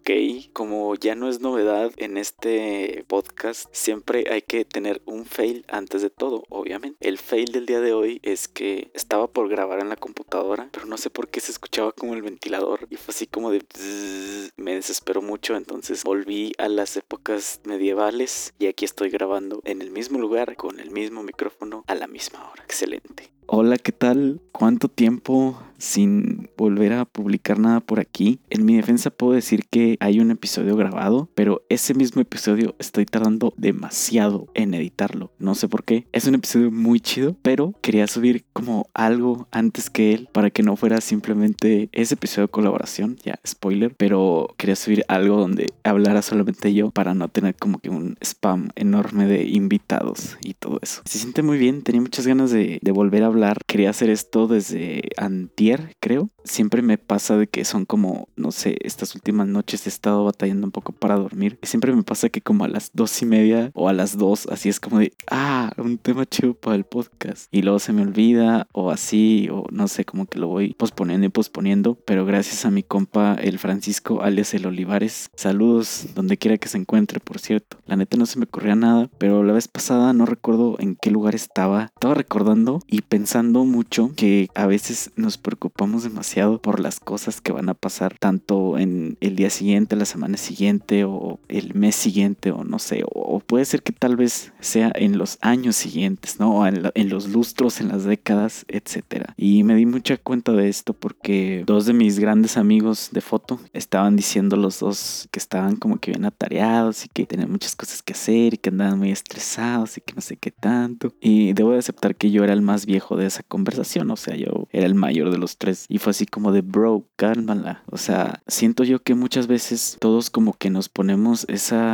Ok, como ya no es novedad en este podcast, siempre hay que tener un fail antes de todo, obviamente. El fail del día de hoy es que estaba por grabar en la computadora, pero no sé por qué se escuchaba como el ventilador y fue así como de bzzz. Me desesperó mucho, entonces volví a las épocas medievales y aquí estoy grabando en el mismo lugar, con el mismo micrófono, a la misma hora. Excelente. Hola, ¿qué tal? ¿Cuánto tiempo sin volver a publicar nada por aquí? En mi defensa puedo decir que hay un episodio grabado, pero ese mismo episodio estoy tardando demasiado en editarlo. No sé por qué. Es un episodio muy chido, pero quería subir como algo antes que él para que no fuera simplemente ese episodio de colaboración, ya spoiler, pero quería subir algo donde hablara solamente yo para no tener como que un spam enorme de invitados y todo eso. Se siente muy bien, tenía muchas ganas de volver a hablar. Quería hacer esto desde antier, creo. Siempre me pasa de que son como, no sé, estas últimas noches he estado batallando un poco para dormir. Y siempre me pasa que como a las 2:30 o a las 2, así es como de, un tema chido para el podcast. Y luego se me olvida o así, o no sé, como que lo voy posponiendo y posponiendo. Pero gracias a mi compa, el Francisco, alias el Olivares. Saludos donde quiera que se encuentre, por cierto. La neta no se me ocurría nada, pero la vez pasada no recuerdo en qué lugar estaba. Estaba recordando y pensando mucho que a veces nos preocupamos demasiado por las cosas que van a pasar tanto en el día siguiente, la semana siguiente o el mes siguiente o no sé, o puede ser que tal vez sea en los años siguientes, ¿no? O en los lustros, en las décadas, etcétera. Y me di mucha cuenta de esto porque dos de mis grandes amigos de foto estaban diciendo los dos que estaban como que bien atareados y que tenían muchas cosas que hacer y que andaban muy estresados y que no sé qué tanto. Y debo de aceptar que yo era el más viejo de esa conversación, o sea, yo era el mayor de los tres y fue así como de bro, cálmala. O sea, siento yo que muchas veces todos como que nos ponemos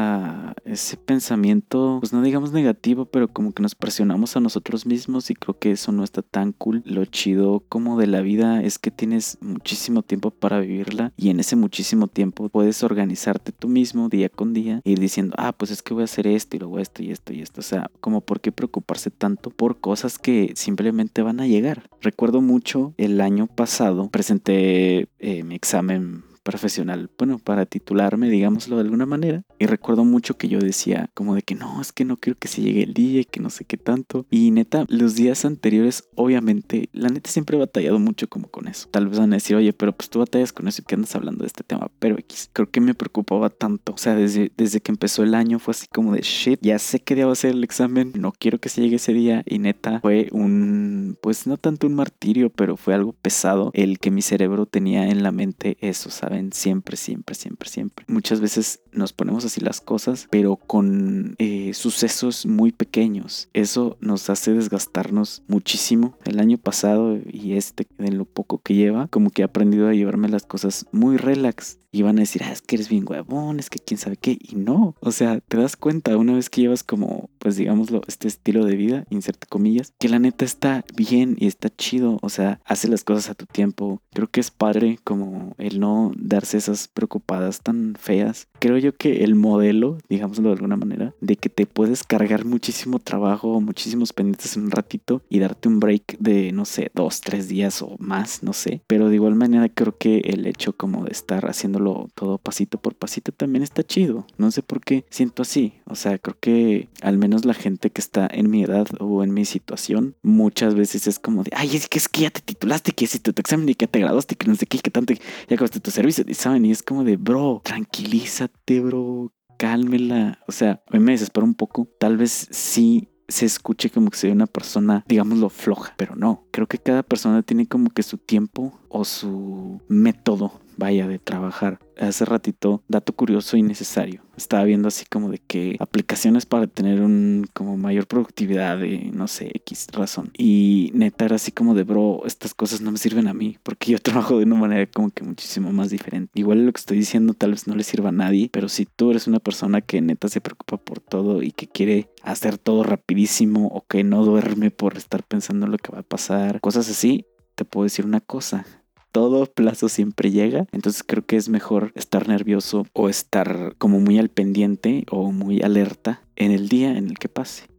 ese pensamiento, pues no digamos negativo, pero como que nos presionamos a nosotros mismos y creo que eso no está tan cool. Lo chido como de la vida es que tienes muchísimo tiempo para vivirla y en ese muchísimo tiempo puedes organizarte tú mismo día con día e ir diciendo, pues es que voy a hacer esto y luego esto y esto y esto. O sea, como por qué preocuparse tanto por cosas que simplemente van a llegar. Recuerdo mucho el año pasado presenté mi examen profesional, bueno, para titularme, digámoslo de alguna manera, y recuerdo mucho que yo decía como de que no, es que no quiero que se llegue el día y que no sé qué tanto, y neta, los días anteriores, obviamente, la neta siempre he batallado mucho como con eso. Tal vez van a decir, oye, pero pues tú batallas con eso y que andas hablando de este tema, pero X, creo que me preocupaba tanto, o sea, desde que empezó el año fue así como de shit, ya sé que debo hacer el examen, no quiero que se llegue ese día, y neta, fue pues no tanto un martirio, pero fue algo pesado el que mi cerebro tenía en la mente eso, ¿saben? Siempre, siempre, siempre, siempre. Muchas veces nos ponemos así las cosas, pero con sucesos muy pequeños. Eso nos hace desgastarnos muchísimo. El año pasado y en lo poco que lleva, como que he aprendido a llevarme las cosas muy relax. Y van a decir, es que eres bien huevón, es que quién sabe qué. Y no, o sea, te das cuenta una vez que llevas como, pues digámoslo, este estilo de vida, inserte comillas, que la neta está bien y está chido. O sea, hace las cosas a tu tiempo. Creo que es padre como el no darse esas preocupadas tan feas. Creo yo que el modelo, digámoslo de alguna manera, de que te puedes cargar muchísimo trabajo, muchísimos pendientes en un ratito y darte un break de, no sé, 2, 3 días o más, no sé. Pero de igual manera creo que el hecho como de estar haciéndolo todo pasito por pasito también está chido. No sé por qué siento así. O sea, creo que al menos la gente que está en mi edad o en mi situación, muchas veces es como de, es que ya te titulaste, que hiciste tu examen y que te graduaste, que no sé qué, que tanto, ya acabaste tu servicio, y saben, y es como de, bro, tranquilízate, bro, cálmela. O sea, a mí me desespera un poco. Tal vez sí se escuche como que soy una persona, digámoslo, floja, pero no. Creo que cada persona tiene como que su tiempo o su método, vaya, de trabajar. Hace ratito, dato curioso y necesario, estaba viendo así como de que aplicaciones para tener como mayor productividad de, no sé, X razón. Y neta era así como de, bro, estas cosas no me sirven a mí, porque yo trabajo de una manera como que muchísimo más diferente. Igual lo que estoy diciendo tal vez no le sirva a nadie, pero si tú eres una persona que neta se preocupa por todo y que quiere hacer todo rapidísimo o que no duerme por estar pensando en lo que va a pasar, cosas así, te puedo decir una cosa. Todo plazo siempre llega, entonces creo que es mejor estar nervioso o estar como muy al pendiente o muy alerta en el día en el que pase.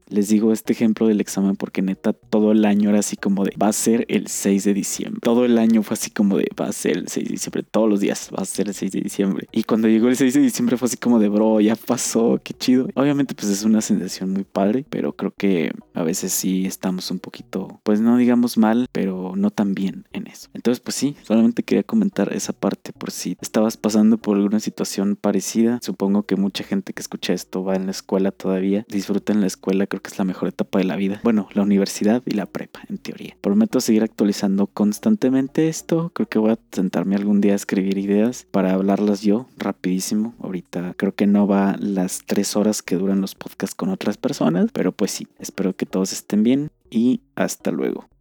Les digo este ejemplo del examen porque neta todo el año era así como de va a ser el 6 de diciembre. Todo el año fue así como de va a ser el 6 de diciembre. Todos los días va a ser el 6 de diciembre. Y cuando llegó el 6 de diciembre fue así como de bro, ya pasó, qué chido. Obviamente pues es una sensación muy padre, pero creo que a veces sí estamos un poquito, pues no digamos mal, pero no tan bien en eso. Entonces pues sí, solamente quería comentar esa parte por si estabas pasando por alguna situación parecida. Supongo que mucha gente que escucha esto va en la escuela todavía. Disfruten la escuela, creo que es la mejor etapa de la vida. Bueno, la universidad y la prepa, en teoría. Prometo seguir actualizando constantemente esto. Creo que voy a sentarme algún día a escribir ideas para hablarlas yo rapidísimo. Ahorita creo que no va las 3 horas que duran los podcasts con otras personas, pero pues sí, espero que todos estén bien y hasta luego.